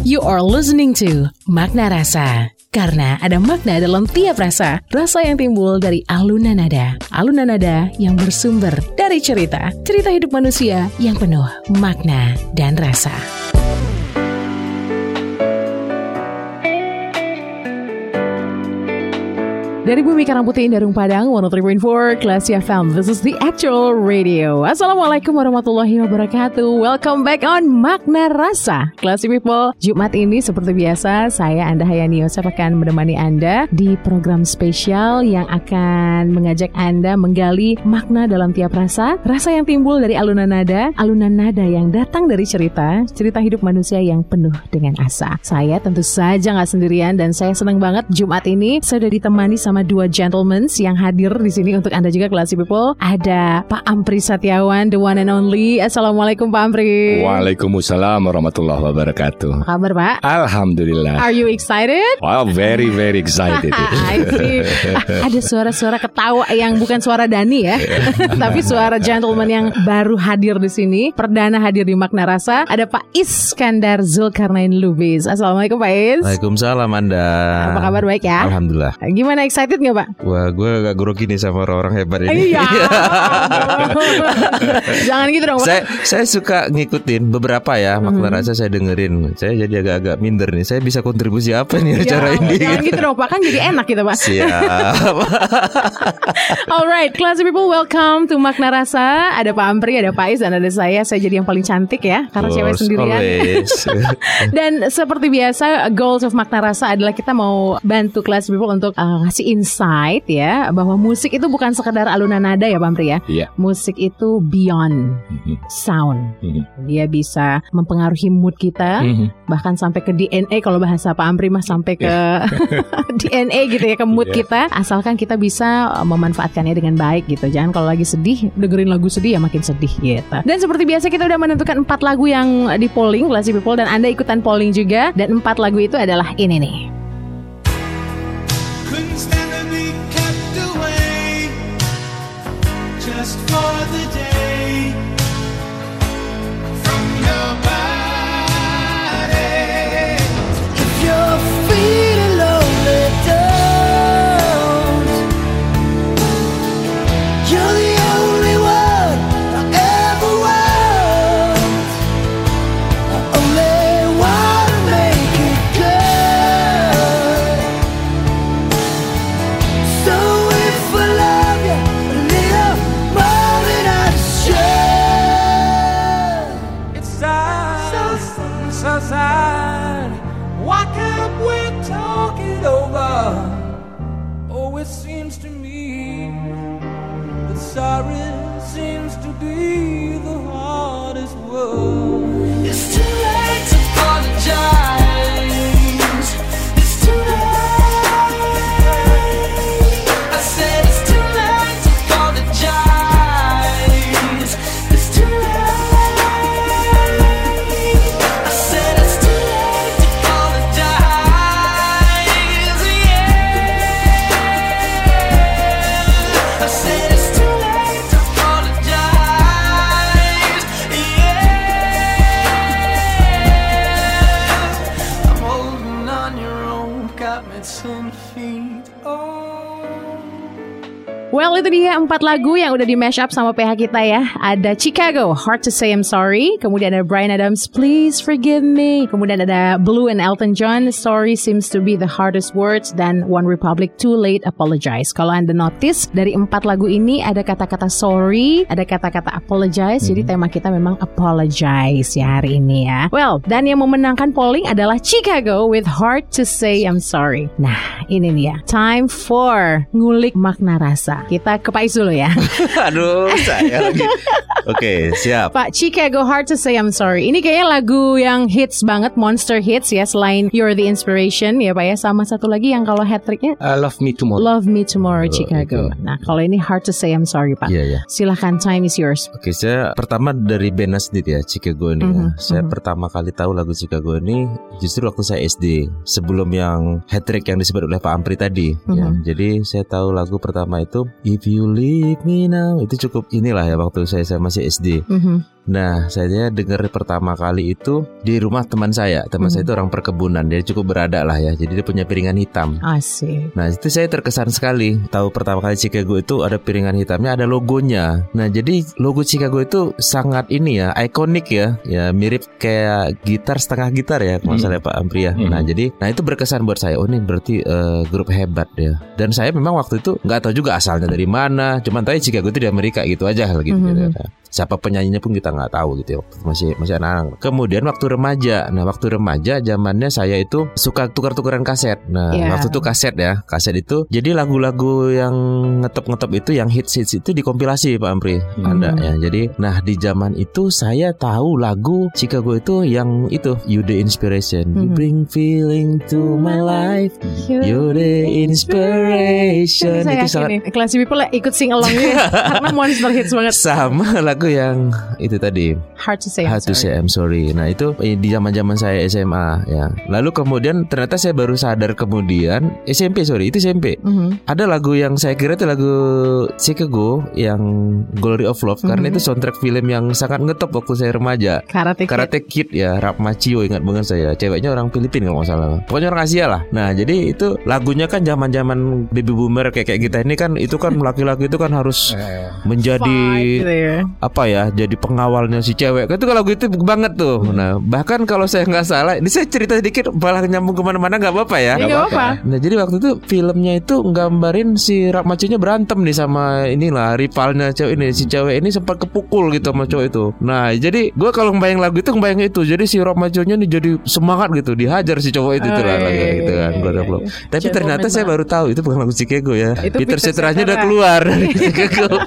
You are listening to Makna Rasa. Karena ada makna dalam tiap rasa. Rasa yang timbul dari alunan nada. Alunan nada yang bersumber dari cerita. Cerita hidup manusia yang penuh makna dan rasa. Dari Bumi Karang Putih Darung Padang 103.4 Classy FM. This is the actual radio. Assalamualaikum warahmatullahi wabarakatuh. Welcome back on Makna Rasa. Classy people, Jumat ini seperti biasa saya Anda Hayani Yosef akan menemani Anda di program spesial yang akan mengajak Anda menggali makna dalam tiap rasa. Rasa yang timbul dari alunan nada yang datang dari cerita hidup manusia yang penuh dengan asa. Saya tentu saja gak sendirian dan saya senang banget Jumat ini saya sudah ditemani sama dua gentlemen yang hadir di sini untuk Anda juga Classy people. Ada Pak Ampri Setiawan, the one and only. Assalamualaikum Pak Ampri. Waalaikumsalam warahmatullahi wabarakatuh. Apa kabar Pak? Alhamdulillah. Are you excited? Wow, very very excited. I see. Ada suara-suara ketawa yang bukan suara Dani ya, tapi suara gentleman yang baru hadir di sini. Perdana hadir di Makna Rasa. Ada Pak Iskandar Zulkarnain Lubis. Assalamualaikum Pak Is. Waalaikumsalam Anda. Apa kabar, baik ya? Alhamdulillah. Gimana, excited nggak Pak? Wah, gue agak grogi nih sama orang-orang hebat ini. Iya. Jangan gitu dong Pak. Saya suka ngikutin beberapa ya Makna Rasa, saya dengerin. Saya jadi agak-agak minder nih. Saya bisa kontribusi apa nih acara ini? Jangan gitu dong Pak, kan jadi enak gitu Pak. Siap. Alright, classy people, welcome to Makna Rasa. Ada Pak Ampri, ada Pak Is, dan ada saya. Saya jadi yang paling cantik ya, karena cewek sendirian. Dan seperti biasa, goals of Makna Rasa adalah kita mau bantu classy people untuk ngasih insight ya, bahwa musik itu bukan sekedar alunan nada ya Pak Ampri ya. Yeah. Musik itu beyond sound. Dia bisa mempengaruhi mood kita, bahkan sampai ke DNA. Kalau bahasa Pak Ampri mah sampai ke DNA gitu ya, ke mood kita. Asalkan kita bisa memanfaatkannya dengan baik gitu. Jangan kalau lagi sedih, dengerin lagu sedih ya makin sedih gitu. Dan seperti biasa kita udah menentukan 4 lagu yang di polling Classy people, dan Anda ikutan polling juga. Dan 4 lagu itu adalah ini nih. Couldn't stand to be kept away just for the day from your body. If you're feeling lonely, don't. You're the only one I ever want. I only want to make it good. So if I love you a little more than I should, it's sad, so sad. Why can't we talk it over? Oh, it seems to me that sorry seems to be the hardest word. It's too late to apologize. It's too late. I said it's too late to apologize. It's too late. I said it's too late to apologize. Yeah. I said it's too late to apologize. Yeah. I'm holding on your own, got me 10 feet. Oh. Well, itu dia 4 lagu yang udah di mash up sama PH kita ya. Ada Chicago, Hard to Say I'm Sorry. Kemudian ada Bryan Adams, Please Forgive Me. Kemudian ada Blue and Elton John, Sorry Seems to Be the Hardest Words. Dan One Republic, Too Late Apologize. Kalau Anda notice, dari 4 lagu ini ada kata-kata sorry, ada kata-kata apologize. Jadi tema kita memang apologize ya hari ini ya. Well, dan yang memenangkan polling adalah Chicago with Hard to Say I'm Sorry. Nah, ini nih ya. Time for ngulik makna rasa. Kita ke Pak Is dulu ya. Aduh, saya lagi. Oke, siap. Pak, Chicago, Hard to Say I'm Sorry. Ini kayaknya lagu yang hits banget, monster hits ya, selain You're the Inspiration ya Pak ya. Sama satu lagi yang kalau hat-tricknya Love Me Tomorrow. Love Me Tomorrow, Chicago. Itu. Nah, kalau ini Hard to Say I'm Sorry Pak. Iya. Silahkan, time is yours. Oke, saya pertama dari band sendiri ya, Chicago ini. Saya pertama kali tahu lagu Chicago ini justru waktu saya SD, sebelum yang hat-trick yang disebut oleh Pak Ampri tadi. Ya, jadi saya tahu lagu pertama itu If You Leave Me Now. Itu cukup inilah ya waktu saya masih SD. Nah, saya dengar pertama kali itu di rumah teman saya. Teman saya itu orang perkebunan, dia cukup berada lah ya. Jadi dia punya piringan hitam. Asik. Nah, itu saya terkesan sekali. Tahu pertama kali Chicago itu ada piringan hitamnya, ada logonya. Nah, jadi logo Chicago itu sangat ini ya, ikonik ya. Ya mirip kayak gitar, setengah gitar ya, kalau salah Pak Ampri ya. Nah, jadi itu berkesan buat saya. Oh, ini berarti grup hebat ya. Dan saya memang waktu itu nggak tahu juga asalnya dari mana. Cuman tahu Chicago itu di Amerika gitu aja gitu. Siapa penyanyinya pun kita nggak tahu gitu ya. Masih anak-anak. Kemudian waktu remaja. Nah, waktu remaja zamannya saya itu suka tukar-tukaran kaset. Nah, waktu itu kaset ya. Kaset itu jadi lagu-lagu yang ngetop-ngetop itu, yang hits itu dikompilasi Pak Ampri. Ada ya. Jadi nah di zaman itu saya tahu lagu Chicago itu yang itu You the Inspiration. You bring feeling to my life. You the inspiration. Saya Itu sangat Classy People ikut sing along ya. Karena monster hits banget. sama lagu yang itu tadi Hard to say I'm sorry. Nah itu di zaman saya SMA ya. Lalu kemudian ternyata saya baru sadar kemudian SMP ada lagu yang saya kira itu lagu Chicago yang Glory of Love, karena itu soundtrack film yang sangat ngetop waktu saya remaja. Karate Kid ya, Rap Macchio, ingat banget saya. Ceweknya orang Filipina kalau nggak salah. Pokoknya orang Asia lah. Nah jadi itu lagunya kan zaman baby boomer kayak kita ini kan, itu kan laki-laki itu kan harus menjadi gitu ya. apa ya, jadi pengawalnya si cewek. Itu lagu itu banget tuh. Nah bahkan kalau saya nggak salah, ini saya cerita sedikit malah nyambung kemana-mana, nggak apa-apa ya? Nggak apa-apa. Nah jadi waktu itu filmnya itu nggambarin si Rap Macchio-nya berantem nih sama inilah rivalnya cewek ini. Si cewek ini sempat kepukul gitu sama cowok itu. Nah jadi gue kalau ngebayang lagu itu ngebayang itu. Jadi si Rap Macchio-nya nih jadi semangat gitu, dihajar si cowok itu lah gitu kan. Tapi ternyata saya baru tahu itu bukan lagu Chicago ya. Peter Cetera-nya udah keluar dari Chicago.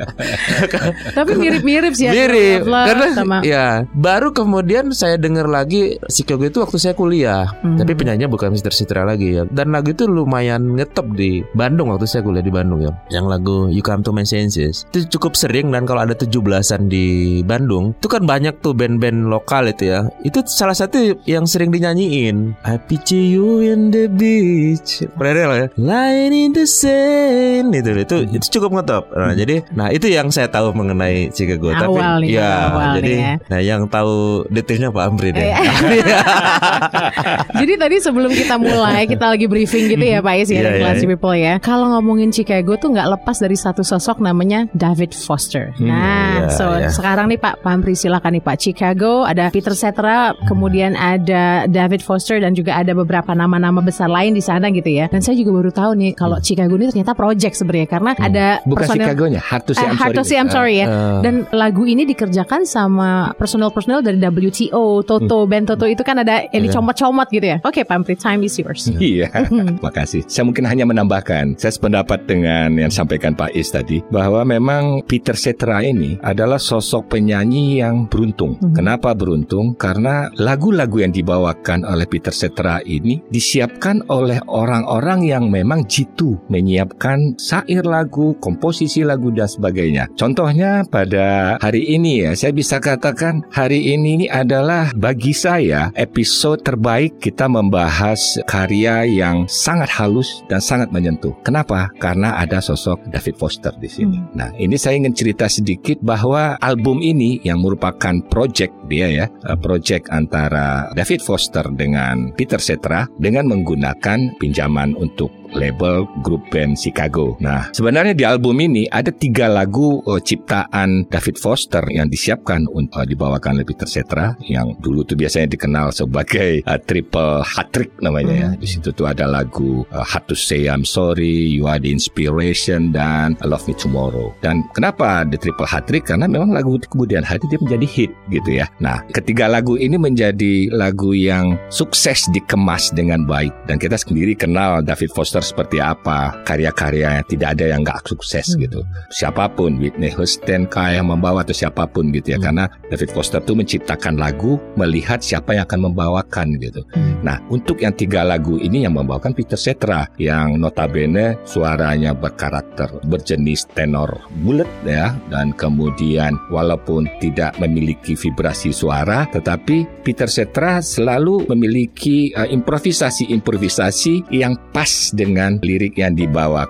Tapi mirip-mirip sih ya. Mirip karena sama. Ya baru kemudian saya dengar lagi Chicago itu waktu saya kuliah. Tapi penyanyinya bukan Peter Cetera lagi ya. Dan lagu itu lumayan ngetop di Bandung waktu saya kuliah di Bandung ya. Yang lagu You Come to My Senses itu cukup sering, dan kalau ada 17-an di Bandung itu kan banyak tuh band-band lokal itu ya. Itu salah satu yang sering dinyanyiin. I picture you in the beach, pernah ya, lying in the sand. Itu cukup ngetop. Nah, jadi itu yang saya tahu mengenai Chicago. Awal Tapi nih, jadi ya. Nah yang tahu detailnya Pak Ampri deh. Jadi tadi sebelum kita mulai, kita lagi briefing gitu ya Pak Is ya, Classy People ya. Kalau ngomongin Chicago tuh nggak lepas dari satu sosok namanya David Foster. Sekarang nih Pak Ampri silakan nih Pak. Chicago ada Peter Cetera, kemudian ada David Foster, dan juga ada beberapa nama-nama besar lain di sana gitu ya. Dan saya juga baru tahu nih kalau Chicago ini ternyata project sebenarnya, karena ada bukan Chicago-nya, Hard to Say I'm Sorry ya. Dan lagu ini dikerjakan sama personel dari WTO, Toto, band Toto itu kan ada yang dicomot-comot gitu ya. Oke, Pak Ampri, time is yours. Iya, makasih. Saya mungkin hanya menambahkan, saya sependapat dengan yang disampaikan Pak Is tadi, bahwa memang Peter Cetera ini adalah sosok penyanyi yang beruntung. Kenapa beruntung? Karena lagu-lagu yang dibawakan oleh Peter Cetera ini disiapkan oleh orang-orang yang memang jitu menyiapkan syair lagu, komposisi lagu dan sebagainya. Contohnya pada hari ini ya, saya bisa katakan hari ini adalah bagi saya episode terbaik. Kita membahas karya yang sangat halus dan sangat menyentuh. Kenapa? Karena ada sosok David Foster di sini. Nah, ini saya ingin cerita sedikit bahwa album ini yang merupakan project dia ya, project antara David Foster dengan Peter Cetera dengan menggunakan pinjaman untuk label grup band Chicago. Nah, sebenarnya di album ini ada 3 lagu ciptaan David Foster yang disiapkan untuk dibawakan oleh Peter Cetera, yang dulu tuh biasanya dikenal sebagai triple hat-trick namanya ya. Di situ tuh ada lagu Hard to Say I'm Sorry, You Are the Inspiration, dan Love Me Tomorrow. Dan kenapa the triple hat-trick? Karena memang lagu itu kemudian hari dia menjadi hit gitu ya. Nah, ketiga lagu ini menjadi lagu yang sukses dikemas dengan baik, dan kita sendiri kenal David Foster seperti apa, karya-karyanya tidak ada yang gak sukses gitu. Siapapun, Whitney Houston kah yang membawa atau siapapun gitu ya, karena David Foster tuh menciptakan lagu melihat siapa yang akan membawakan gitu. Nah, untuk yang 3 lagu ini yang membawakan Peter Cetera, yang notabene suaranya berkarakter, berjenis tenor bulat ya, dan kemudian walaupun tidak memiliki vibrasi suara, tetapi Peter Cetera selalu memiliki improvisasi yang pas dengan lirik yang dibawakan.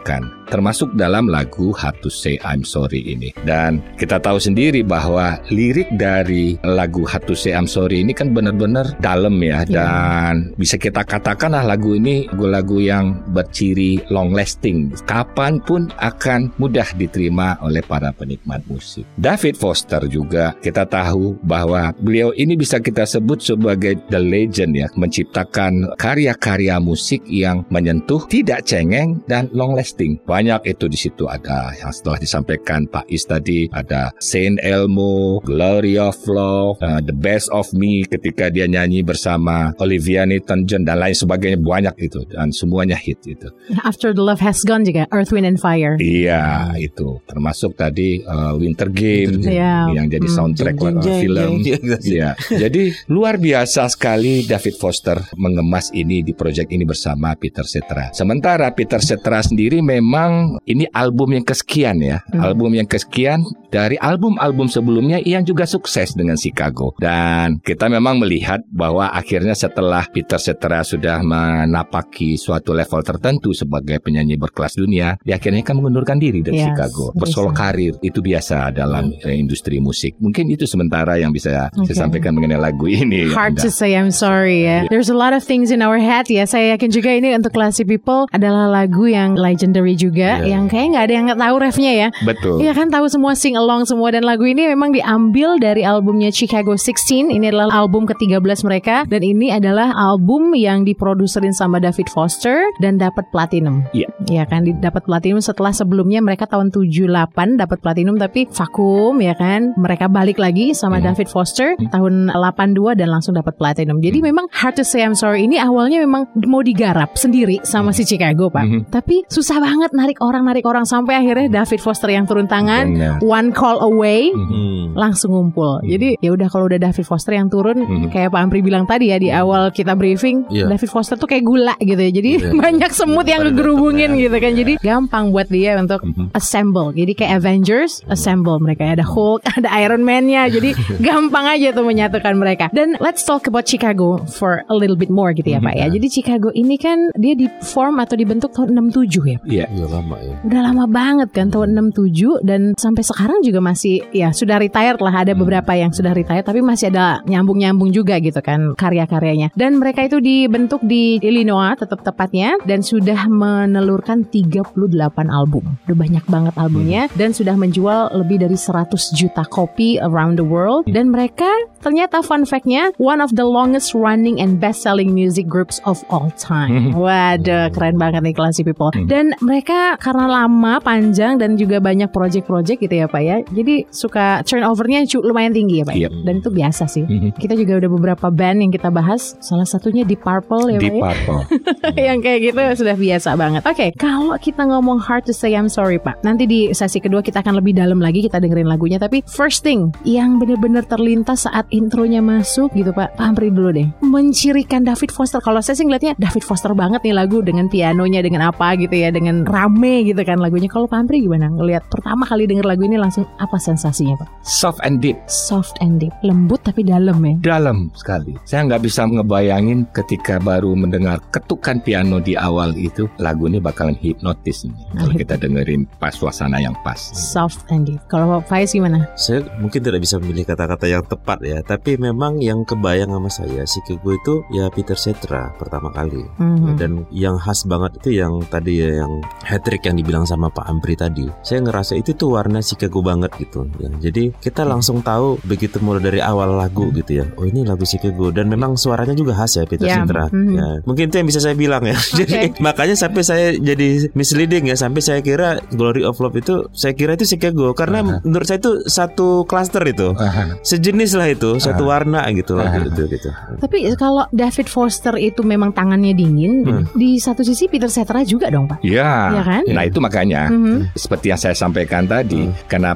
termasuk dalam lagu Hard to Say I'm Sorry ini. Dan kita tahu sendiri bahwa lirik dari lagu Hard to Say I'm Sorry ini kan benar-benar dalam ya, dan bisa kita katakan lagu ini lagu yang berciri long lasting, kapanpun akan mudah diterima oleh para penikmat musik. David Foster juga kita tahu bahwa beliau ini bisa kita sebut sebagai the legend ya, menciptakan karya-karya musik yang menyentuh, tidak cengeng dan long lasting. Banyak itu di situ, ada yang setelah disampaikan Pak Is tadi, ada Saint Elmo, Glory of Love, The Best of Me ketika dia nyanyi bersama Olivia Newton-John dan lain sebagainya, banyak itu dan semuanya hit itu. After the Love Has Gone juga, Earth, Wind and Fire. Iya, itu termasuk tadi Winter Game yang jadi soundtrack film. Iya. Jadi luar biasa sekali David Foster mengemas ini di proyek ini bersama Peter Cetera. Sementara Peter Cetera sendiri memang ini album yang kesekian ya, album yang kesekian dari album-album sebelumnya yang juga sukses dengan Chicago. Dan kita memang melihat bahwa akhirnya setelah Peter Cetera sudah menapaki suatu level tertentu sebagai penyanyi berkelas dunia, dia akhirnya kan mengundurkan diri dari Chicago, bersolo karir. Itu biasa dalam industri musik. Mungkin itu sementara yang bisa saya sampaikan mengenai lagu ini. Hard to Say I'm Sorry ya. There's a lot of things in our head ya. Saya yakin juga ini untuk Classy People adalah lagu yang legendary juga, yang kayaknya nggak ada yang nggak tahu refnya ya. Betul. Iya kan, tahu semua, sing along semua. Dan lagu ini memang diambil dari albumnya Chicago 16. Ini adalah album ke-13 mereka, dan ini adalah album yang diproduserin sama David Foster dan dapat platinum. Iya. Ya kan, dapat platinum setelah sebelumnya mereka tahun 78 dapat platinum, tapi vakum ya kan. Mereka balik lagi sama David Foster tahun 82 dan langsung dapat platinum. Jadi memang Hard to Say I'm Sorry ini awalnya memang mau digarap sendiri sama si Chicago, Pak. Tapi susah banget narik orang sampai akhirnya David Foster yang turun tangan, one call away, langsung ngumpul. Jadi ya udah, kalau udah David Foster yang turun, kayak Pak Ampri bilang tadi ya di awal kita briefing, David Foster tuh kayak gula gitu ya. Jadi banyak semut yang ngegerubungin gitu kan. Jadi gampang buat dia untuk assemble. Jadi kayak Avengers assemble, mereka ada Hulk, ada Iron Man-nya. Jadi gampang aja tuh menyatukan mereka. Dan let's talk about Chicago for a little bit more gitu ya Pak ya. Jadi Chicago ini kan dia di form atau dibentuk tahun 67 ya Pak? Iya, lama ya. Udah lama banget kan, tahun 67, dan sampai sekarang juga masih ya sudah retired lah, ada beberapa yang sudah retired tapi masih ada nyambung-nyambung juga gitu kan karya-karyanya. Dan mereka itu dibentuk di Illinois tetap tepatnya, dan sudah menelurkan 38 album. Udah banyak banget albumnya dan sudah menjual lebih dari 100 juta kopi around the world. Dan mereka ternyata fun fact-nya one of the longest running and best selling music groups of all time. Waduh, keren banget nih Classy People. Dan mereka karena lama, panjang, dan juga banyak project-project gitu ya Pak ya, jadi suka turnover-nya lumayan tinggi ya Pak. Dan itu biasa sih. Kita juga udah beberapa band yang kita bahas, salah satunya Deep Purple ya Pak. Deep Purple. Yang kayak gitu sudah biasa banget. Oke, kalau kita ngomong Hard to Say I'm Sorry Pak, nanti di sesi kedua kita akan lebih dalam lagi, kita dengerin lagunya. Tapi first thing yang benar-benar terlintas saat intronya masuk gitu Pak Ampri dulu deh, mencirikan David Foster. Kalau saya sih ngeliatnya David Foster banget nih lagu, dengan pianonya, dengan apa gitu ya, dengan rame gitu kan lagunya. Kalau Pak Ampri gimana ngeliat pertama kali denger lagu ini, langsung apa sensasinya Pak? Soft and deep. Soft and deep, lembut tapi dalam ya. Dalam sekali. Saya nggak bisa ngebayangin ketika baru mendengar ketukan piano di awal itu, lagu ini bakalan hipnotis nih kalau kita dengerin pas suasana yang pas. Soft and deep. Kalau Pak Faiz gimana? Saya mungkin tidak bisa memilih kata-kata yang tepat ya, tapi memang yang kebayang sama saya Chicago itu ya Peter Cetera pertama kali. Dan yang khas banget itu yang tadi ya, yang hat-trick yang dibilang sama Pak Ampri tadi. Saya ngerasa itu tuh warna Chicago banget gitu ya. Jadi kita langsung tahu begitu mulai dari awal lagu gitu ya, oh ini lagu Chicago. Dan memang suaranya juga khas ya Peter Cetera ya. Mungkin itu yang bisa saya bilang ya. Jadi makanya sampai saya jadi misleading ya, sampai saya kira Glory of Love itu, saya kira itu Chicago. Karena menurut saya itu satu cluster itu, sejenis lah itu, satu warna gitu loh gitu. Tapi kalau David Foster itu memang tangannya dingin, di satu sisi Peter Cetera juga dong Pak. Ya, ya kan? Nah itu makanya seperti yang saya sampaikan tadi, kenapa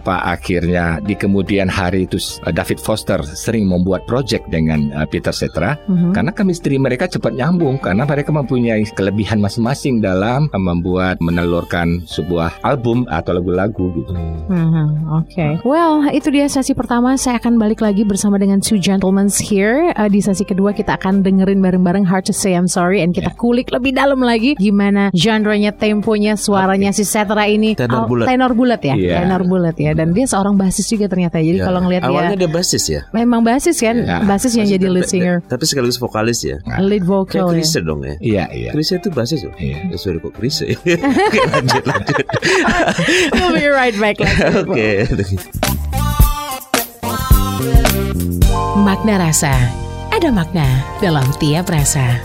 kenapa akhirnya di kemudian hari itu David Foster sering membuat project dengan Peter Cetera, karena chemistry mereka cepat nyambung, karena mereka mempunyai kelebihan masing-masing dalam membuat, menelurkan sebuah album atau lagu-lagu gitu. Oke. Well, itu dia sesi pertama. Saya akan balik lagi bersama dengan Two Gentlemen here. Di sesi kedua kita akan dengerin bareng-bareng Hard to Say I'm Sorry, and kita kulik lebih dalam lagi gimana genre-nya, temponya, suaranya si Cetera ini. Tenor bulat ya. Tenor bulat ya. Dan dia seorang basis juga ternyata. Jadi kalau ngelihat awalnya dia basis ya. Memang basis kan, basis yang jadi lead singer. Tapi sekaligus vokalis ya. Lead vocal. Kayak Chrisye dong ya. Iya. Chrisye itu basis loh. Sorry kok Chrisye. Lanjut. We'll be right back. Oke. Makna rasa. Ada makna dalam tiap rasa.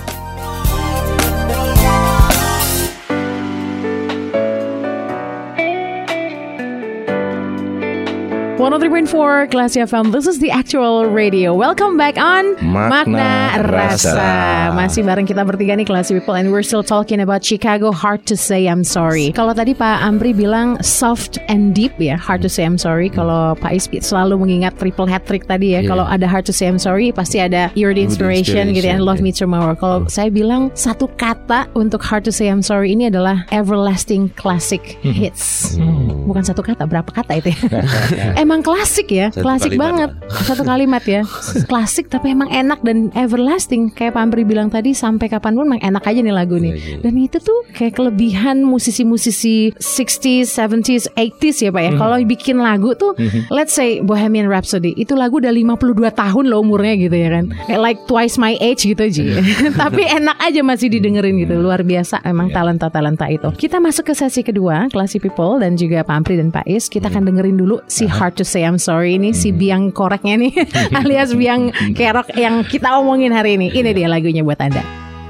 103.4 Classy FM. This is the actual radio. Welcome back on Makna Rasa. Masih bareng kita bertiga nih Classy People, and we're still talking about Chicago Hard to Say I'm Sorry. Kalau tadi Pak Amri bilang soft and deep ya, Hard to Say I'm Sorry. Kalau Pak Is selalu mengingat triple hat trick tadi ya. Kalau ada Hard to Say I'm Sorry pasti ada You're the Inspiration gitu ya, Love Me Tomorrow. Kalau saya bilang satu kata untuk Hard to Say I'm Sorry ini adalah Everlasting Classic Hits. Bukan satu kata, berapa kata itu ya? Emang klasik ya, klasik banget. Satu kalimat ya, klasik tapi emang enak dan everlasting. Kayak Pak Amri bilang tadi, sampai kapanpun emang enak aja nih lagu nih. Dan itu tuh kayak kelebihan musisi-musisi 60s, 70s, 80s ya Pak ya. Kalau bikin lagu tuh, let's say Bohemian Rhapsody, itu lagu udah 52 tahun loh umurnya gitu ya kan. Kayak like twice my age gitu Ji. Tapi enak aja masih didengerin gitu. Luar biasa emang talenta-talenta itu. Kita masuk ke sesi kedua, Classy People dan juga Pak Amri dan Pak Is. Kita akan dengerin dulu si Hard to Say I'm Sorry ini, si biang koreknya nih alias biang kerok yang kita omongin hari ini. Ini dia lagunya buat Anda.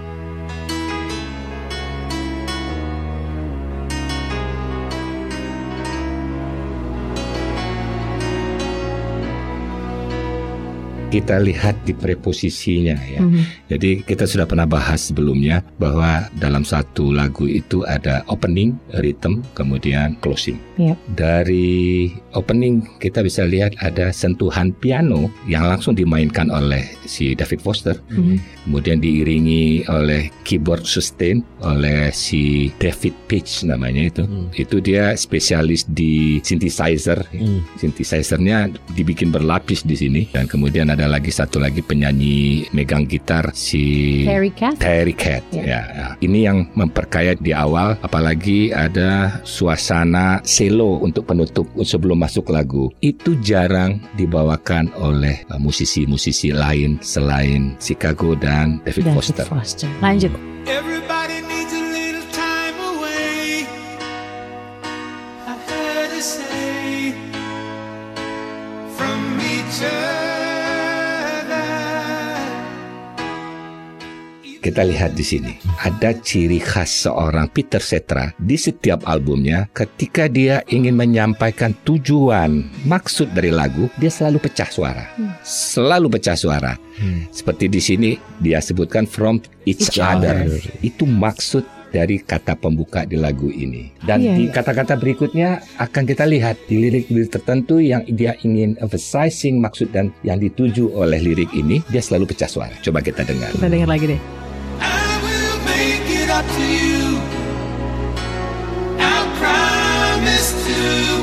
Kita lihat di preposisinya ya. Jadi kita sudah pernah bahas sebelumnya bahwa dalam satu lagu itu ada opening, rhythm, kemudian closing. Dari opening kita bisa lihat ada sentuhan piano yang langsung dimainkan oleh si David Foster. Kemudian diiringi oleh keyboard sustain oleh si David Paich namanya itu. Itu dia spesialis di synthesizer. Synthesizernya dibikin berlapis di sini, dan kemudian ada lagi satu lagi penyanyi megang gitar si Terry Cat. Ya. Ini yang memperkaya di awal, apalagi ada suasana selo untuk penutup sebelum masuk lagu. Itu jarang dibawakan oleh musisi-musisi lain selain Chicago dan David Foster. Lanjut. Everybody needs a little time away. I heard her say from each other. Kita lihat di sini ada ciri khas seorang Peter Cetera di setiap albumnya. Ketika dia ingin menyampaikan tujuan, maksud dari lagu, dia selalu pecah suara. Selalu pecah suara. Seperti di sini dia sebutkan from each other. Itu maksud dari kata pembuka di lagu ini. Dan di kata-kata berikutnya akan kita lihat di lirik-lirik tertentu yang dia ingin emphasizing maksud dan yang dituju oleh lirik ini, dia selalu pecah suara. Coba kita dengar. Kita dengar lagi deh. Up to you, I promise to.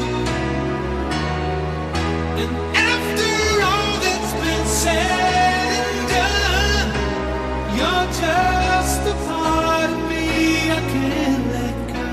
And after all that's been said and done, you're just a part of me I can't let go.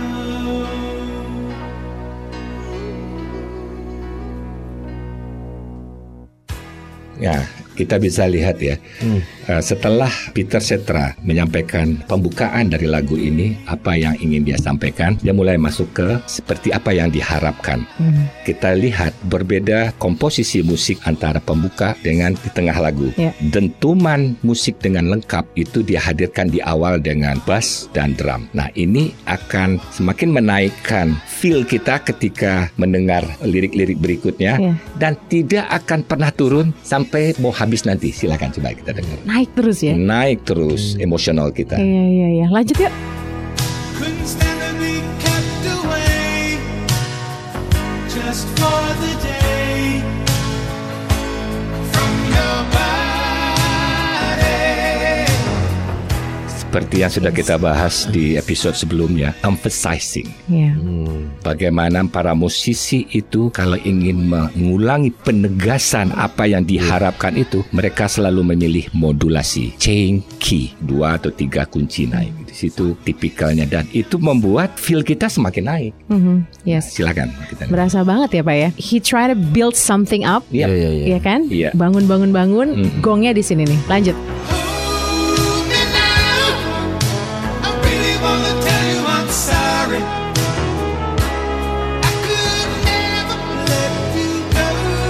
Ya, kita bisa lihat ya. Setelah Peter Cetera menyampaikan pembukaan dari lagu ini, apa yang ingin dia sampaikan, dia mulai masuk ke seperti apa yang diharapkan. Kita lihat berbeda komposisi musik antara pembuka dengan di tengah lagu. Dentuman musik dengan lengkap itu dihadirkan di awal dengan bass dan drum. Nah, ini akan semakin menaikkan feel kita ketika mendengar lirik-lirik berikutnya, dan tidak akan pernah turun sampai mau habis nanti. Silakan coba kita dengar. Naik terus ya? Naik terus emosional kita. Iya. Lanjut yuk. Couldn't stand to be kept away. just for the day from your body. Seperti yang sudah kita bahas di episode sebelumnya, emphasizing. Yeah. Bagaimana para musisi itu kalau ingin mengulangi penegasan apa yang diharapkan itu, mereka selalu memilih modulasi, change key, 2 atau 3 kunci naik. Di situ tipikalnya, dan itu membuat feel kita semakin naik. Yes. Silakan kita. Berasa banget ya Pak ya. He try to build something up, Iya. ya kan? Iya. Bangun. Gongnya di sini nih. Lanjut. Hold me now, I really wanna tell you I'm sorry. I could never let you go.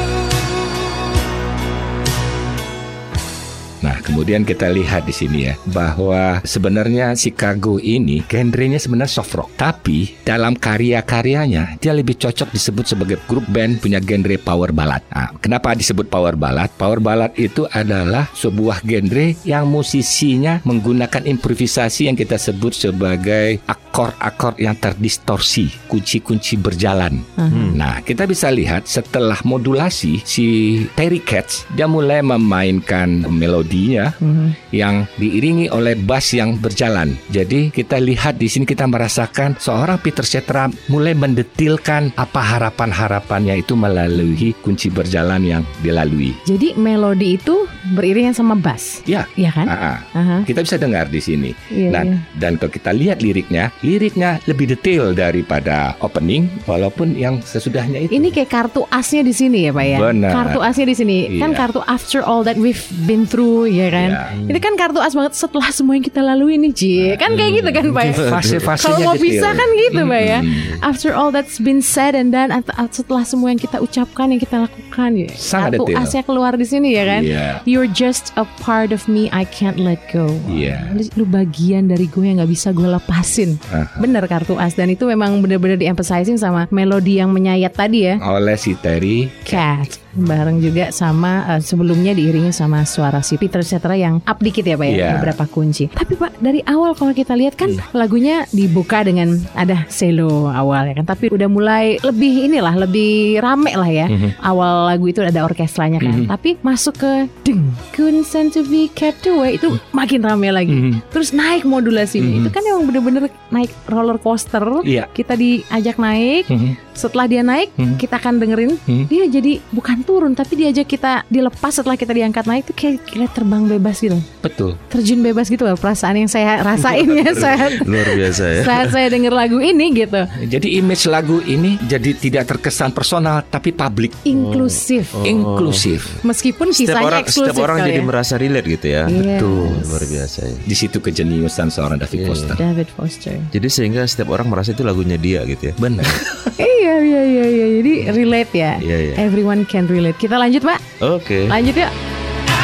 Nah, kemudian kita lihat di sini ya, bahwa sebenarnya Chicago ini genrenya sebenarnya soft rock, tapi dalam karya-karyanya dia lebih cocok disebut sebagai grup band punya genre power ballad. Nah, kenapa disebut power ballad? Power ballad itu adalah sebuah genre yang musisinya menggunakan improvisasi yang kita sebut sebagai akord-akord yang terdistorsi, kunci-kunci berjalan. Nah, kita bisa lihat setelah modulasi, si Terry Katz dia mulai memainkan melodinya yang diiringi oleh bass yang berjalan. Jadi kita lihat di sini, kita merasakan seorang Peter Cetera mulai mendetilkan apa harapan-harapannya itu melalui kunci berjalan yang dilalui. Jadi melodi itu beriringan sama bass. Ya, Iya kan? kita bisa dengar di sini. Iya. Dan kalau kita lihat liriknya lebih detail daripada opening, walaupun yang sesudahnya itu. Ini kayak kartu asnya di sini ya Pak ya. Benar. Kartu asnya di sini. Kan Iya. kartu after all that we've been through ya kan. Iya. Ini kan kartu as banget setelah semua yang kita lalui nih Ci. Kan kayak gitu kan Pak ya. Fase-fasenya Kalau mau detail. pisah kan gitu Pak ya. After all that's been said and done, setelah semua yang kita ucapkan, yang kita lakukan ya. Sangat Kartu detail. asnya keluar di sini ya kan. Iya. You're just a part of me, I can't let go. Iya. Lu bagian dari gue yang gak bisa gue lepasin. Bener kartu as. Dan itu memang bener-bener di-emphasizing sama melodi yang menyayat tadi ya, Oleh si Terry Cat. Bareng juga sama sebelumnya diiringi sama suara si Peter Cetera yang up dikit ya Pak ya, Iya. beberapa kunci. Tapi Pak, dari awal kalau kita lihat kan lagunya dibuka dengan ada selo awal ya kan. Tapi udah mulai lebih lebih rame lah ya. Awal lagu itu ada orkestranya kan. Tapi masuk ke ding, couldn't stand to be kept away, itu makin rame lagi. Terus naik modulasinya. Itu kan emang bener-bener naik roller coaster. Iya. Kita diajak naik. Setelah dia naik, kita akan dengerin dia jadi bukan turun, tapi diajak kita dilepas. Setelah kita diangkat naik tuh kayak gila, terbang bebas gitu, betul. terjun bebas gitu loh. Perasaan yang saya rasain ya saat Luar biasa ya. saya denger lagu ini gitu. Jadi image lagu ini jadi tidak terkesan personal tapi publik, Inklusif. inklusif. Meskipun kisahnya eksklusif Setiap orang kali jadi ya. merasa relate gitu ya. Yes. Betul. Luar biasa ya. Di situ kejeniusan seorang David Foster. David Foster. Jadi sehingga setiap orang merasa itu lagunya dia gitu ya. Benar. Iya. Jadi relate ya. Iya. Everyone can relate. Kita lanjut Pak. Oke. Lanjut yuk. I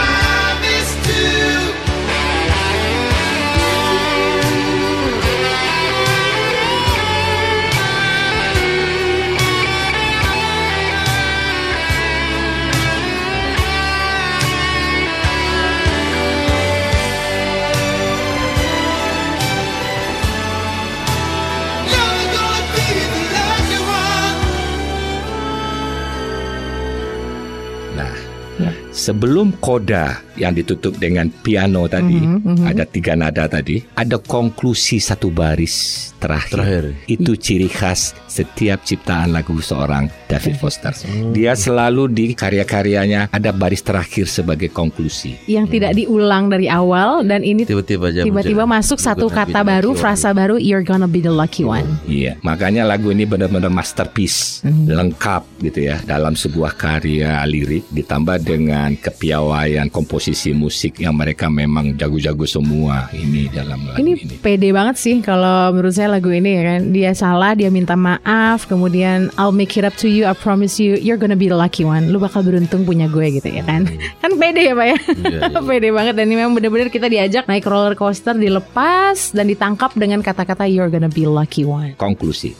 promise to. You're gonna be the lucky one. Nah, Ya. sebelum koda yang ditutup dengan piano tadi, ada 3 nada tadi, ada konklusi satu baris terakhir. Itu ciri khas setiap ciptaan lagu seorang David Foster. Dia selalu di karya-karyanya ada baris terakhir sebagai konklusi. Yang tidak diulang dari awal, dan ini tiba-tiba masuk satu kata baru, frasa baru, you're gonna be the lucky one. Iya, makanya lagu ini benar-benar masterpiece, lengkap gitu ya dalam sebuah karya lirik, ditambah dengan kepiawaian komposisi musik yang mereka memang jago-jago semua ini dalam lagu Ini ini. pede banget sih kalau menurut saya lagu ini ya kan. Dia salah, dia minta maaf, kemudian I'll make it up to you, I promise you, you're gonna be the lucky one. Lu bakal beruntung punya gue gitu ya kan. Kan pede ya Pak ya. Pede banget, dan ini memang benar-benar kita diajak naik roller coaster, dilepas dan ditangkap dengan kata-kata you're gonna be the lucky one. Konklusi.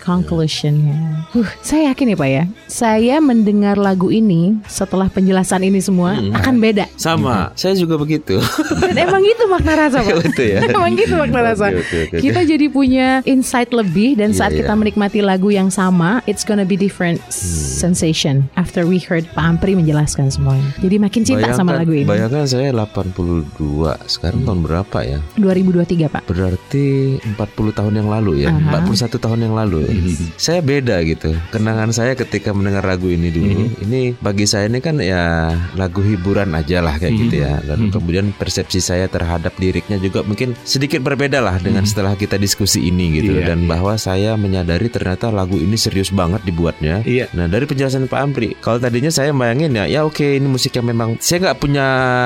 Conclusionnya. Saya yakin ya Pak ya, saya mendengar lagu ini setelah penjelasan ini semua akan beda. Sama, saya juga begitu. Dan emang gitu makna rasa, Pak. Betul ya. Emang gitu makna rasa. Oke. Kita jadi punya insight lebih dan saat Iya. kita menikmati lagu yang sama, it's gonna be different sensation after we heard Pak Ampri menjelaskan semuanya. Jadi makin cinta sama lagu ini. Bayangkan saya 82, sekarang tahun berapa ya? 2023, Pak. Berarti 40 tahun yang lalu ya. 41 tahun yang lalu. Saya beda gitu. Kenangan saya ketika mendengar lagu ini dulu. Ini bagi saya ini kan ya lagu hiburan aja lah kayak gitu ya. Dan kemudian persepsi saya terhadap liriknya juga mungkin sedikit berbeda lah dengan setelah kita diskusi ini gitu. Dan bahwa saya menyadari ternyata lagu ini serius banget dibuatnya. Nah dari penjelasan Pak Ampri, kalau tadinya saya bayangin ya oke, ini musik yang memang saya nggak punya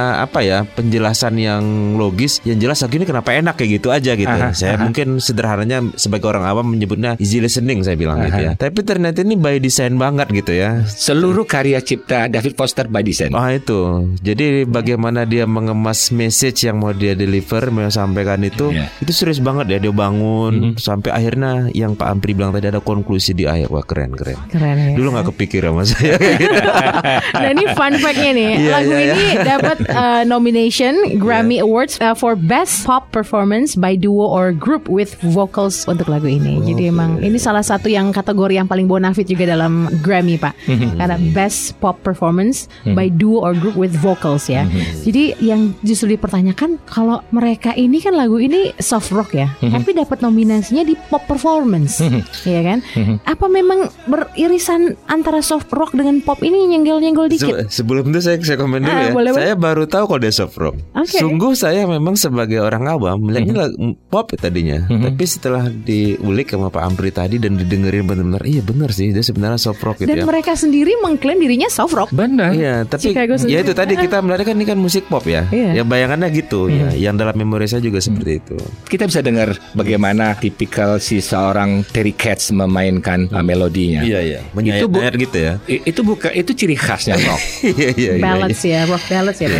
penjelasan yang logis. Yang jelas lagu ini kenapa enak kayak gitu aja gitu. Saya mungkin sederhananya sebagai orang awam menyebutnya easy listening saya bilang gitu ya. Tapi ternyata ini by design banget gitu ya. Seluruh karya cipta David Foster by design. Itu. Jadi bagaimana dia mengemas message yang mau dia deliver, mau sampaikan itu serius banget ya. Dia bangun sampai akhirnya yang Pak Ampri bilang tadi ada konklusi di akhir. Wah keren ya. Dulu nggak kepikir sama saya kayak gitu. Nah ini fun fact-nya nih. Lagu ini dapat nomination Grammy Awards for Best Pop Performance by Duo or Group with Vocals untuk lagu ini. Jadi emang ini salah satu yang kategori yang paling bonafit juga dalam Grammy, Pak. Karena Best Pop Performance by Duo or Group with Vocals ya. Jadi yang justru dipertanyakan, kalau mereka ini kan lagu ini soft rock ya, tapi dapat nominasinya di pop performance, ya kan? Apa memang beririsan antara soft rock dengan pop ini nyenggol-nyenggol dikit? Sebelum itu saya komen dulu ya. Boleh. Saya baru tahu kalau dia soft rock. Sungguh saya memang sebagai orang awam melihatnya pop tadinya. Tapi setelah diulik sama Pak Ampri tadi dan didengerin benar-benar, iya benar sih dia sebenarnya soft rock gitu dan ya. mereka sendiri mengklaim dirinya soft rock. Benar. Iya, tapi ya itu tadi kita melihatnya kan ini kan musik pop ya. Ya bayangannya gitu ya. Yang dalam memori saya juga seperti itu. Kita bisa dengar bagaimana tipikal si seorang Terry Katz memainkan melodinya. Iya. Menyayat-nyayat gitu ya. Itu ciri khasnya rock. Iya. Ballads ya, rock ballads ya.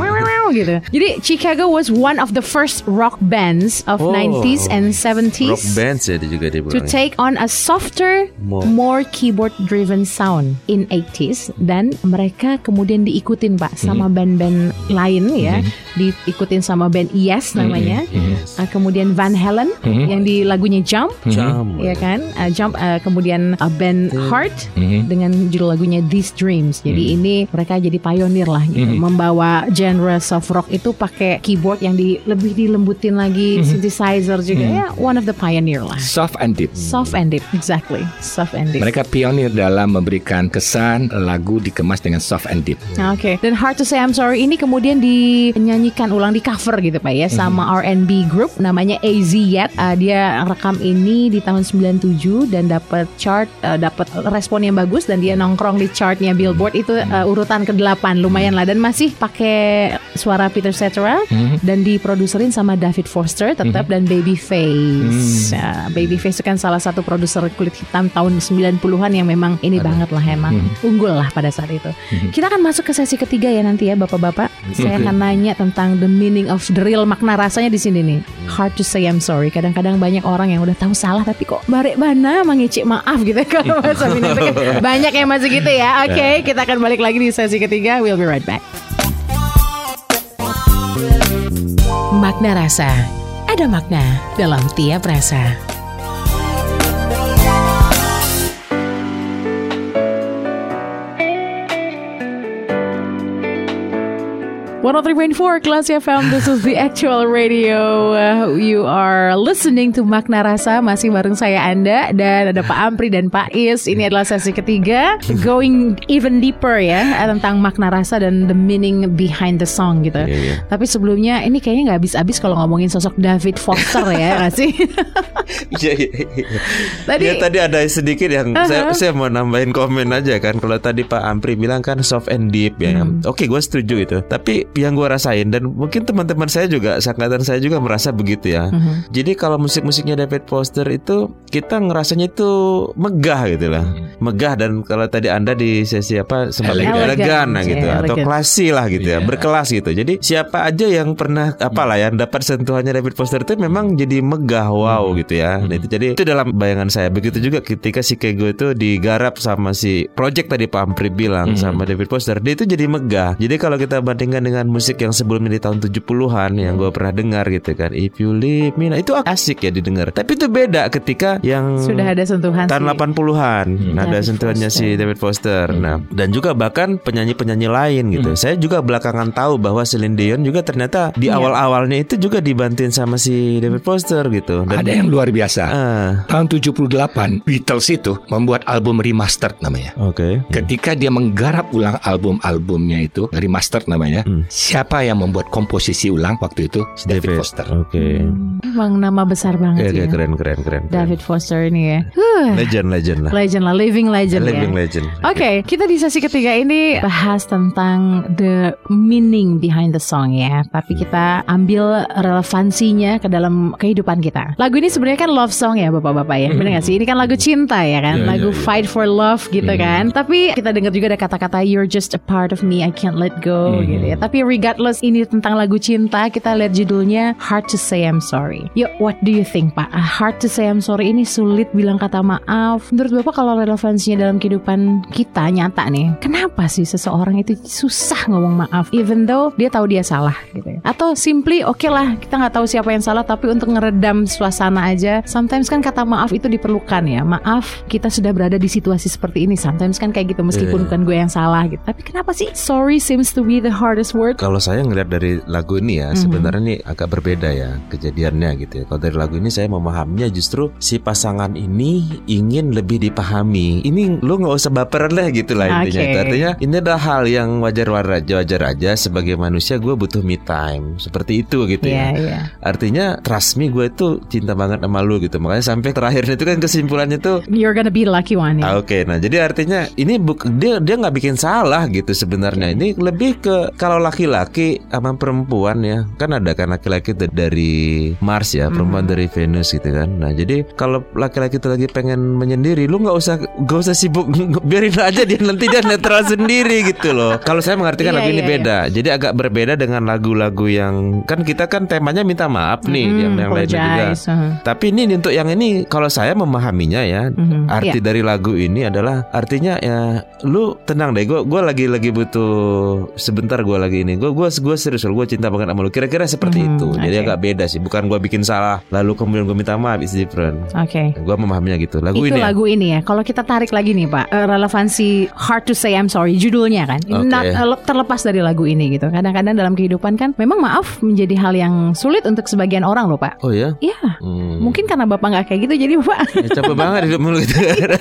Gitu. Jadi Chicago was one of the first rock bands of 90s and 70s. Rock bands ya juga dia to take on a softer, more keyboard-driven sound in 80s, dan mereka kemudian diikutin Pak sama band-band lain ya, diikutin sama band Yes namanya, kemudian Van Halen yang di lagunya Jump, ya kan, Jump, kemudian band Heart dengan judul lagunya These Dreams. Jadi ini mereka jadi pionir lah gitu, membawa genre soft rock itu pakai keyboard yang lebih dilembutin lagi, synthesizer juga ya, one of the pioneer lah. Soft and deep, exactly. Soft and deep. Mereka pionir dalam memberikan kesan lagu dikemas dengan soft and deep. Oke. Dan Hard to Say I'm Sorry ini kemudian dinyanyikan ulang, di cover gitu Pak ya, sama R&B group namanya AZ Yet. Dia rekam ini di tahun 97 dan dapat chart, dapat respon yang bagus, dan dia nongkrong di chartnya Billboard itu urutan ke-8, lumayan lah, dan masih pakai suara Peter Cetera dan diproduserin sama David Foster tetap dan Babyface. Babyface kan salah satu produser kulit hitam tahun 90-an yang memang ini banget lah, emang unggul lah pada saat itu. Kita akan masuk ke sesi ketiga ya nanti ya Bapak-bapak. Saya akan nanya tentang the meaning of the real, makna rasanya di sini nih. Hard to Say I'm Sorry. Kadang-kadang banyak orang yang udah tahu salah tapi kok barek bana mangecek maaf gitu ya kalau bahasa ini. Banyak yang masih gitu ya. Oke, kita akan balik lagi di sesi ketiga. We'll be right back. Makna rasa. Ada makna dalam tiap rasa. 103.4 Classy FM, this is the actual radio. You are listening to Makna Rasa, masih bareng saya Anda, dan ada Pak Ampri dan Pak Is. Ini adalah sesi ketiga, going even deeper ya, tentang makna rasa dan the meaning behind the song gitu. Tapi sebelumnya, ini kayaknya gak habis-habis kalau ngomongin sosok David Foster ya, gak sih? Tadi ada sedikit yang saya mau nambahin komen aja kan. Kalau tadi Pak Ampri bilang kan soft and deep ya. Oke, gue setuju itu. Tapi yang gue rasain, dan mungkin teman-teman saya juga, seangkatan saya juga merasa begitu ya. Jadi kalau musik-musiknya David Foster itu kita ngerasanya itu megah gitu lah, megah, dan kalau tadi Anda di sesi apa sempat elegan gitu, atau klasi lah gitu ya, berkelas gitu. Jadi siapa aja yang pernah apalah yang dapat sentuhannya David Foster itu memang jadi megah, wow gitu ya. Nah, itu jadi itu dalam bayangan saya. Begitu juga ketika Chicago itu digarap sama si project tadi Pak Ampri bilang sama David Foster, dia itu jadi megah. Jadi kalau kita bandingkan dengan musik yang sebelumnya di tahun 70-an yang gue pernah dengar gitu kan, If You Leave Me, nah itu asik ya didengar. Tapi itu beda ketika yang sudah ada sentuhan tahun 80-an, ada sentuhannya si David Foster. Nah, dan juga bahkan penyanyi-penyanyi lain gitu. Saya juga belakangan tahu bahwa Celine Dion juga ternyata di awal-awalnya itu juga dibantuin sama si David Foster gitu. Dan ada yang luar biasa. Tahun 78 Beatles itu membuat album remastered namanya. Ketika dia menggarap ulang album-albumnya itu remastered namanya. Siapa yang membuat komposisi ulang waktu itu? David Foster. Emang nama besar banget ya. Keren. David Foster ini ya. Legend lah. Legend lah, living legend. Legend. Oke, kita di sesi ketiga ini bahas tentang the meaning behind the song ya. Tapi kita ambil relevansinya ke dalam kehidupan kita. Lagu ini sebenarnya kan love song ya Bapak-bapak ya. Benar gak sih? Ini kan lagu cinta ya kan, lagu fight for love gitu kan. Tapi kita dengar juga ada kata-kata you're just a part of me, I can't let go gitu ya. Tapi regardless ini tentang lagu cinta, kita lihat judulnya Hard to Say I'm Sorry. Yuk, what do you think Pak? Hard to Say I'm Sorry ini sulit bilang kata maaf. Menurut Bapak kalau relevansinya dalam kehidupan kita nyata nih, kenapa sih seseorang itu susah ngomong maaf even though dia tahu dia salah gitu ya? Atau simply oke lah kita gak tahu siapa yang salah, tapi untuk ngeredam suasana aja, sometimes kan kata maaf itu diperlukan ya. Maaf kita sudah berada di situasi seperti ini, sometimes kan kayak gitu, meskipun bukan gue yang salah gitu. Tapi kenapa sih sorry seems to be the hardest word? Kalau saya ngeliat dari lagu ini ya, sebenarnya ini agak berbeda ya kejadiannya gitu ya. Kalau dari lagu ini saya memahaminya justru si pasangan ini ingin lebih dipahami. Ini lu gak usah baperan lah gitu lah intinya. Artinya ini adalah hal yang wajar aja sebagai manusia, gue butuh me time seperti itu gitu ya. Artinya trust me, gue tuh cinta banget sama lu gitu. Makanya sampai terakhirnya itu kan kesimpulannya tuh you're gonna be the lucky one ya. Nah jadi artinya ini dia nggak bikin salah gitu sebenarnya. Ini lebih ke kalau laki-laki sama perempuan ya, kan ada kan laki-laki dari Mars ya, perempuan dari Venus gitu kan. Nah jadi kalau laki-laki itu lagi pengen menyendiri, lu nggak usah sibuk, biarin aja dia nanti dia netral sendiri gitu loh. Kalau saya mengartikan lagu ini beda. Jadi agak berbeda dengan lagu-lagu yang kan kita kan temanya minta maaf nih, yang lainnya juga. Tapi ini untuk yang ini kalau saya memahaminya ya, arti dari lagu ini adalah artinya ya lu tenang deh, gue lagi butuh sebentar, gue lagi ini, gue serius, gue cinta banget sama lu, kira-kira seperti itu. Jadi agak beda sih, bukan gue bikin salah lalu kemudian gue minta maaf, it's different. Gue memahaminya gitu. Lagu ini ya. Kalau kita tarik lagi nih Pak, relevansi Hard to Say I'm Sorry judulnya kan, terlepas dari lagu ini gitu. Kadang-kadang dalam kehidupan kan memang maaf menjadi hal yang sulit untuk sebagian orang loh Pak. Oh ya? Iya. Mungkin karena Bapak gak kayak gitu, jadi Bapak capek banget hidup mulu gitu.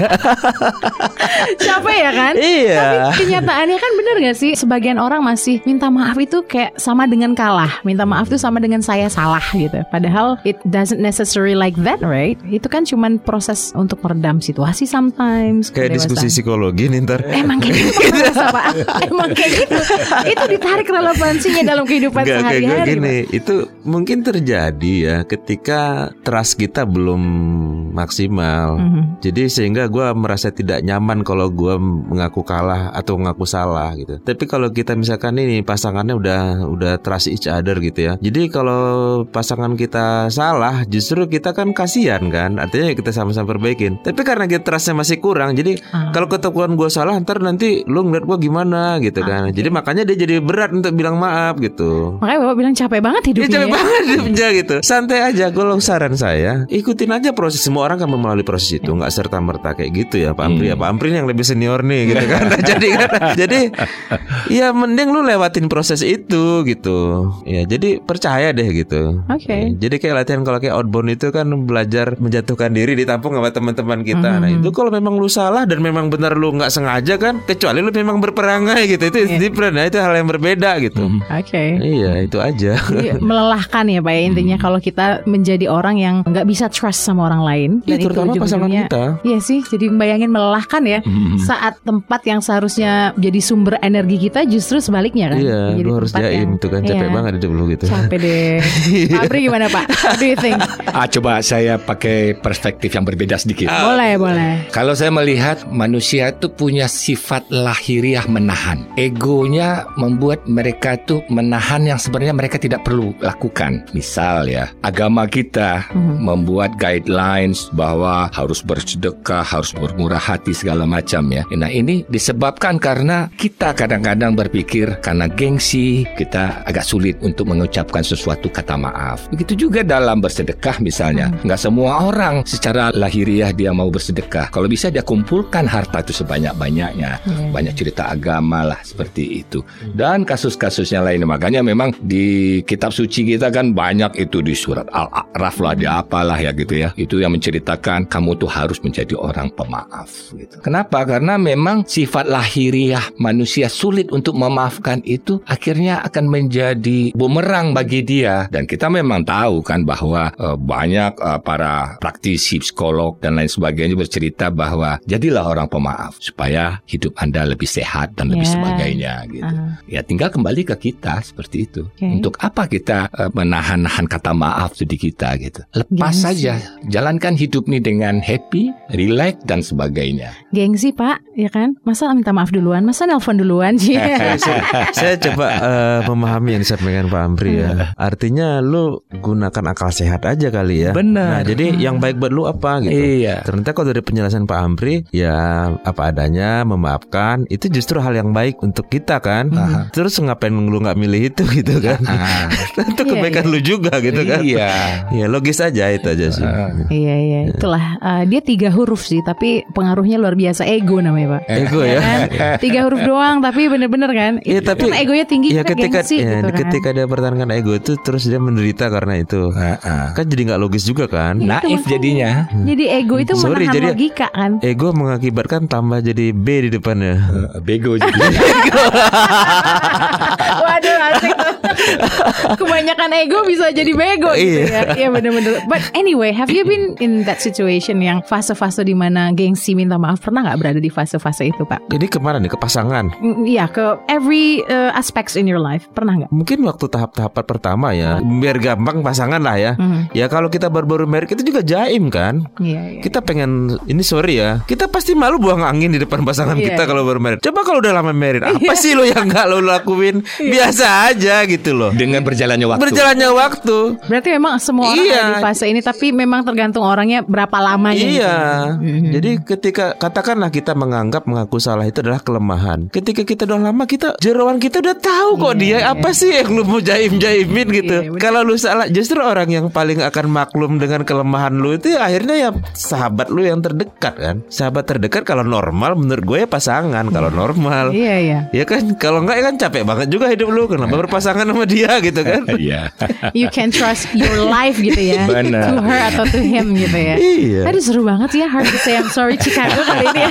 Capek ya kan? Iya. Tapi kenyataannya kan bener gak sih, sebagian orang masih minta maaf itu kayak sama dengan kalah. Minta maaf itu sama dengan saya salah gitu. Padahal it doesn't necessarily like that, right? Itu kan cuman proses untuk meredam situasi sometimes. Kayak diskusi psikologi nih ntar. Emang kayak gitu Pak. Emang kayak gitu. Itu ditarik relevansinya dalam kehidupan sehari-hari. Gini, itu mungkin terjadi ya ketika trust kita belum maksimal. Jadi sehingga gue merasa tidak nyaman kalau gue mengaku kalah atau mengaku salah gitu. Tapi kalau kita misalkan ini pasangannya udah trust each other gitu ya. Jadi kalau pasangan kita salah, justru kita kan kasihan kan. Artinya kita sama-sama perbaikin. Tapi karena kita trustnya masih kurang, jadi kalau ketahuan gue salah, ntar nanti lu ngeliat gue gimana gitu kan. Jadi makanya dia jadi berat untuk bilang maaf gitu. Makanya Bapak bilang capek banget hidupnya. Capek banget hidupnya gitu. Santai aja. Kalau saran saya, ikutin aja proses. Semua orang kan melalui proses itu, nggak serta-merta kayak gitu ya Pak Ampri. Pak Ampri yang lebih senior nih gitu kan. Jadi ya mending lu lewatin proses itu gitu. Ya jadi percaya deh gitu. Jadi kayak latihan kalau kayak outbound itu kan belajar menjatuhkan diri, ditampung sama teman-teman kita. Nah itu kalau memang lu salah dan memang benar lu nggak sengaja kan, kecuali lu memang berperangai gitu, itu different. Nah itu hal yang berbeda gitu. Iya itu aja. Melelahkan ya Pak ya, intinya kalau kita menjadi orang yang nggak bisa trust sama orang lain. Dan itu terutama pasangan kita. Iya sih, jadi bayangin melelahkan ya. Saat tempat yang seharusnya jadi sumber energi kita justru sebaliknya kan. jadi lu harus tempat jaim yang tuh kan capek banget hidup lu gitu. Capek deh. Pak Apri gimana Pak? What do you think? Coba saya pakai perspektif yang berbeda sedikit. Boleh. Kalau saya melihat manusia itu punya sifat lahiriah menahan. Egonya membuat mereka itu menahan yang sebenarnya mereka tidak perlu lakukan. Misal ya, agama kita membuat guidelines bahwa harus bersedekah, harus bermurah hati segala macam ya. Nah ini disebabkan karena kita kadang-kadang berpikir karena gengsi kita agak sulit untuk mengucapkan sesuatu kata maaf. Begitu juga dalam bersedekah misalnya. Nggak semua orang secara lahiriah dia mau bersedekah. Kalau bisa dia kumpulkan harta itu sebanyak-banyaknya. Banyak cerita agama lah seperti itu. Dan kasus-kasusnya lain. Makanya memang di kitab suci kita kan banyak itu di surat Al-A'raf lah, di apalah ya gitu ya. Itu yang menceritakan kamu tuh harus menjadi orang pemaaf gitu. Kenapa? Karena memang sifat lahiriah manusia sulit untuk memaafkan itu akhirnya akan menjadi bumerang bagi dia. Dan kita memang tahu kan bahwa banyak para praktisi psikolog dan lain sebagainya bercerita bahwa jadilah orang pemaaf supaya hidup Anda lebih sehat dan lebih sebagainya gitu. Ya tinggal kembali ke kita seperti itu. Untuk apa kita menahan-nahan kata maaf di kita gitu. Lepas saja, jalankan hidup ini dengan happy, relax dan sebagainya. Gengsi Pak, ya kan? Masa minta maaf duluan, masa nelpon duluan sih? Saya coba memahami yang disampaikan Pak Amri ya. Artinya lu gunakan akal sehat aja kali ya. Benar. Nah jadi yang baik buat lu apa gitu. Iya. Ternyata kalau dari penjelasan Pak Amri ya apa adanya, memaafkan itu justru hal yang baik untuk kita kan. Terus ngapain lu nggak milih itu gitu kan? Itu kebaikan lu juga gitu kan. Iya. Ya logis aja itu aja sih. Iya. Itulah dia 3 huruf sih, tapi pengaruhnya luar biasa. Ego namanya Pak. Ego ya. Kan? 3 huruf doang, tapi bener-bener kan. Iya tapi karena egonya tinggi ya ketika gengsi, gitu kan. ketika dia pertahankan ego itu terus dia menderita karena itu. Kan jadi nggak logis juga kan. Naif jadinya. Jadi ego itu menahan logika kan. Ego mengakibatkan tambah jadi B di depannya. Bego jadi. Waduh asik tuh. Kebanyakan ego bisa jadi bego gitu ya. Iya bener-bener. But anyway, have you been in that situation yang fase-fase di mana gengsi minta maaf? Pernah nggak berada di fase-fase itu Pak? Jadi kemana nih, ke pasangan? Iya, ke every aspects in your life. Pernah nggak? Mungkin waktu tahap-tahapan pertama ya, biar gampang pasangan lah ya. Ya kalau kita baru-baru married kita juga jaim kan. Iya. Kita pengen, ini sorry ya, kita pasti malu buang angin di depan pasangan kita kalau baru married. Coba kalau udah lama married, apa sih lo yang nggak lo lakuin? Biasa aja gitu loh. Dengan berjalannya waktu. Berarti memang semua orang ada di fase ini, tapi memang tergantung orangnya berapa lamanya. Iya. Jadi ketika katakanlah kita mengaku salah itu adalah kelemahan. Ketika kita udah lama, kita jeroan kita udah tahu kok dia apa sih yang lu mau jaim-jaimin gitu. Kalau lu salah, justru orang yang paling akan maklum dengan kelemahan lu itu akhirnya ya sahabat lu yang terdekat kan. Sahabat terdekat kalau normal menurut gue ya pasangan kalau normal. Iya. Ya kan kalau enggak ya kan capek banget juga hidup lu. Kenapa berpasangan sama dia gitu kan. Iya. You can trust your life gitu ya. Benar. To her atau to him gitu ya. Iya. Aduh seru banget ya. Hard to say I'm sorry Chicago kali ini.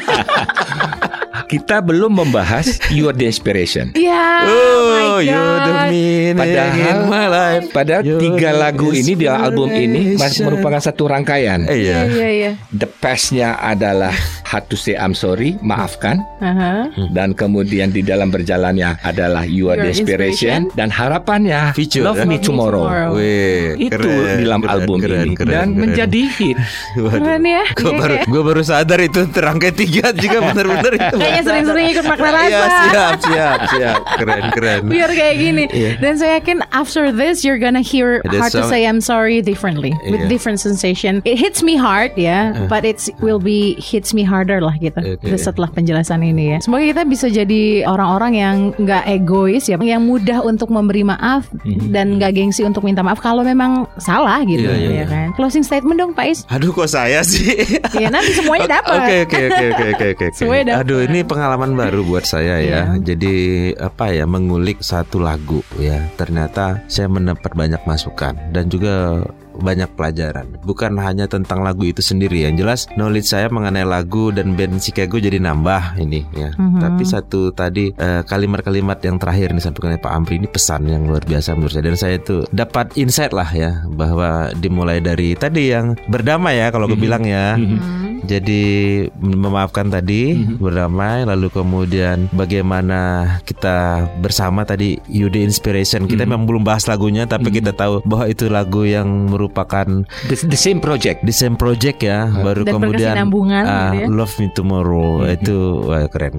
Kita belum membahas You Are The Inspiration. Yeah. Oh, you're the meaning in my life. Padahal 3 lagu ini di album ini masih merupakan satu rangkaian. Iya. The past-nya adalah Hard to Say I'm Sorry, maafkan. Dan kemudian di dalam berjalannya adalah You Are The Inspiration. Dan harapannya Future, Love Me Tomorrow. Wih, Itu keren, di dalam album ini dan menjadi hit. Keren ya. Gue baru sadar itu terangkai 3 juga benar-benar itu. Kayaknya sering-sering ikut Makna Rasa. Iya, siap. Keren. Biar kayak gini. Dan saya yakin after this you're gonna hear Hard to Say I'm Sorry differently, with different sensation. It hits me hard ya, but it will be hits me harder lah gitu. Setelah penjelasan ini ya. Semoga kita bisa jadi orang-orang yang nggak egois ya, yang mudah untuk memberi maaf dan nggak gengsi untuk minta maaf kalau memang salah gitu ya kan. Closing statement dong Pak Is. Aduh kok saya sih. Ya nanti semuanya dapat. Oke. Semuanya dapat. Aduh ini pengalaman baru buat saya ya. Jadi mengulik satu lagu ya. Ternyata saya mendapat banyak masukan dan juga banyak pelajaran. Bukan hanya tentang lagu itu sendiri, yang jelas knowledge saya mengenai lagu dan band Chicago jadi nambah ini ya. Tapi satu tadi kalimat-kalimat yang terakhir disampaikan oleh Pak Amri ini pesan yang luar biasa menurut saya. Dan saya itu dapat insight lah ya, bahwa dimulai dari tadi yang berdamai ya kalau gue bilang ya. Jadi memaafkan tadi, berdamai, lalu kemudian bagaimana kita bersama tadi You The Inspiration. Kita memang belum bahas lagunya, tapi kita tahu bahwa itu lagu yang merupakan The same project. The same project ya. Baru Dan kemudian berkesinambungan gitu ya. Love Me Tomorrow itu wah, keren.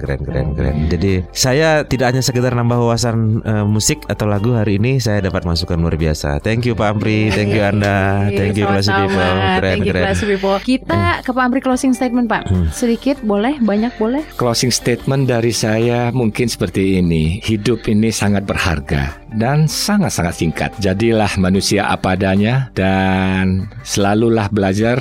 Jadi saya tidak hanya sekedar nambah wawasan musik atau lagu, hari ini saya dapat masukan luar biasa. Thank you Pak Ampri, thank you Anda, thank you Classy People. Thank you Classy People. Kita ke Pak Ampri closing statement Pak. Sedikit boleh, banyak boleh. Closing statement dari saya mungkin seperti ini. Hidup ini sangat berharga dan sangat-sangat singkat. Jadilah manusia apa adanya dan selalulah belajar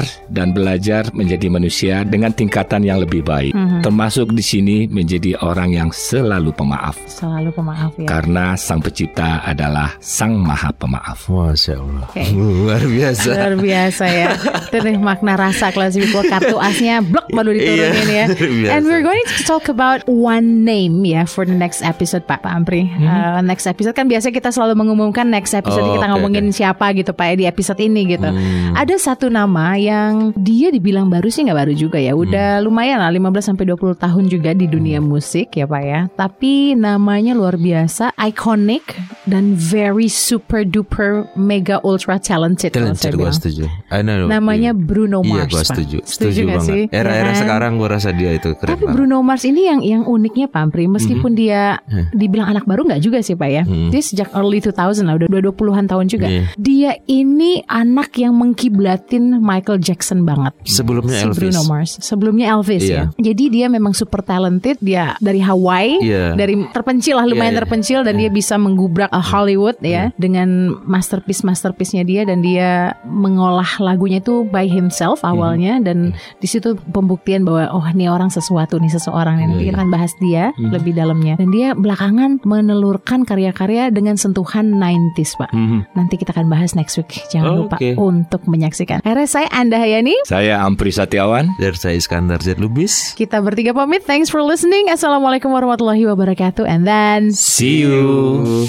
menjadi manusia dengan tingkatan yang lebih baik. Termasuk di sini menjadi orang yang selalu pemaaf. Selalu pemaaf ya. Karena Sang Pencipta adalah Sang Maha Pemaaf. Masya Allah. Okay. Luar biasa. Luar biasa ya. Itu nih makna rasa Classy People, kartu asnya blok baru diturunin ya. And we're going to talk about one name ya for the next episode Pak Ampri. Next episode kan biasanya kita selalu mengumumkan next episode kita ngomongin siapa gitu Pak ya di episode ini gitu. Ada satu nama yang dia dibilang baru sih nggak baru juga ya. Udah lumayan lah 15-20 tahun juga di dunia musik ya Pak ya. Tapi namanya luar biasa, iconic dan very super duper mega ultra talented. Gue setuju. Namanya Bruno Mars. Iya gue setuju. Setuju banget sih. Era-era sekarang gue rasa dia itu keren. Tapi Bruno Mars ini yang uniknya Pak Ampri, meskipun dia dibilang anak baru nggak juga sih Pak ya. Dia sejak early 2000 lah, udah 20-an tahun juga. Dia ini anak yang mengkiblatin Michael Jackson banget. Sebelumnya Elvis. Bruno Mars. Sebelumnya Elvis ya. Jadi dia memang super talented. Dia dari Hawaii, dari terpencil lah, lumayan terpencil, dan dia bisa menggubrak Hollywood ya dengan masterpiece-nya dia, dan dia mengolah lagunya itu by himself awalnya, dan di situ pembuktian bahwa oh ini orang sesuatu nih, seseorang. Nanti kita akan bahas dia lebih dalamnya. Dan dia belakangan menelurkan karya-karya dengan sentuhan 90s Pak. Nanti kita akan bahas next week. Jangan lupa untuk menyaksikan. Akhirnya saya Anda Hayani, saya Ampri Setiawan, dan saya Iskandar Z. Lubis. Kita bertiga pamit. Thanks for listening. Assalamualaikum warahmatullahi wabarakatuh. And then see you.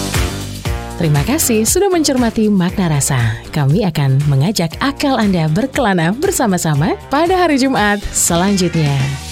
Terima kasih sudah mencermati Makna Rasa. Kami akan mengajak akal Anda berkelana bersama-sama pada hari Jumat selanjutnya.